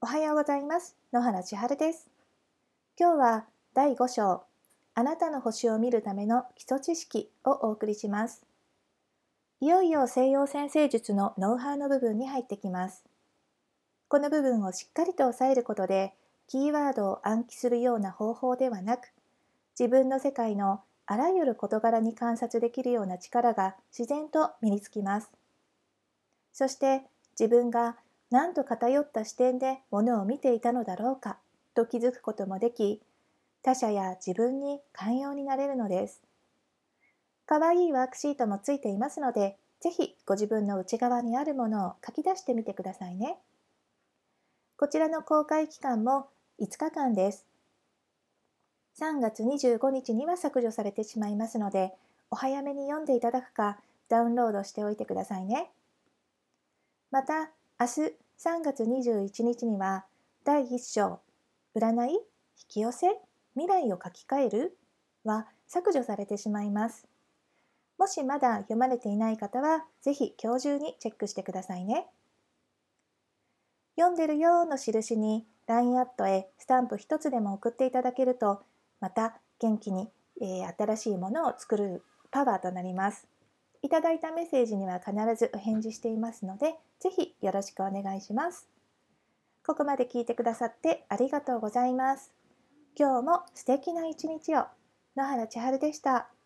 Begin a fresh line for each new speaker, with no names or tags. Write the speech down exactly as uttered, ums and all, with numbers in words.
おはようございます。野原千春です。今日はだいご章、あなたの星を見るための基礎知識をお送りします。いよいよ西洋占星術のノウハウの部分に入ってきます。この部分をしっかりと押さえることで、キーワードを暗記するような方法ではなく、自分の世界のあらゆる事柄に観察できるような力が自然と身につきます。そして自分が何と偏った視点で物を見ていたのだろうかと気づくこともでき、他者や自分に寛容になれるのです。かわいいワークシートもついていますので、ぜひご自分の内側にあるものを書き出してみてくださいね。こちらの公開期間もいつかかんです。さんがつにじゅうごにちには削除されてしまいますので、お早めに読んでいただくか、ダウンロードしておいてくださいね。また、明日さんがつにじゅういちにちにはだいいっ章、占い、引き寄せ、未来を書き換えるは削除されてしまいます。もしまだ読まれていない方は、ぜひ今日中にチェックしてくださいね。読んでるよの印に ライン アットへスタンプ一つでも送っていただけると、また元気に、えー新しいものを作るパワーとなります。いただいたメッセージには必ずお返事していますので、ぜひよろしくお願いします。ここまで聞いてくださってありがとうございます。今日も素敵な一日を。野原千春でした。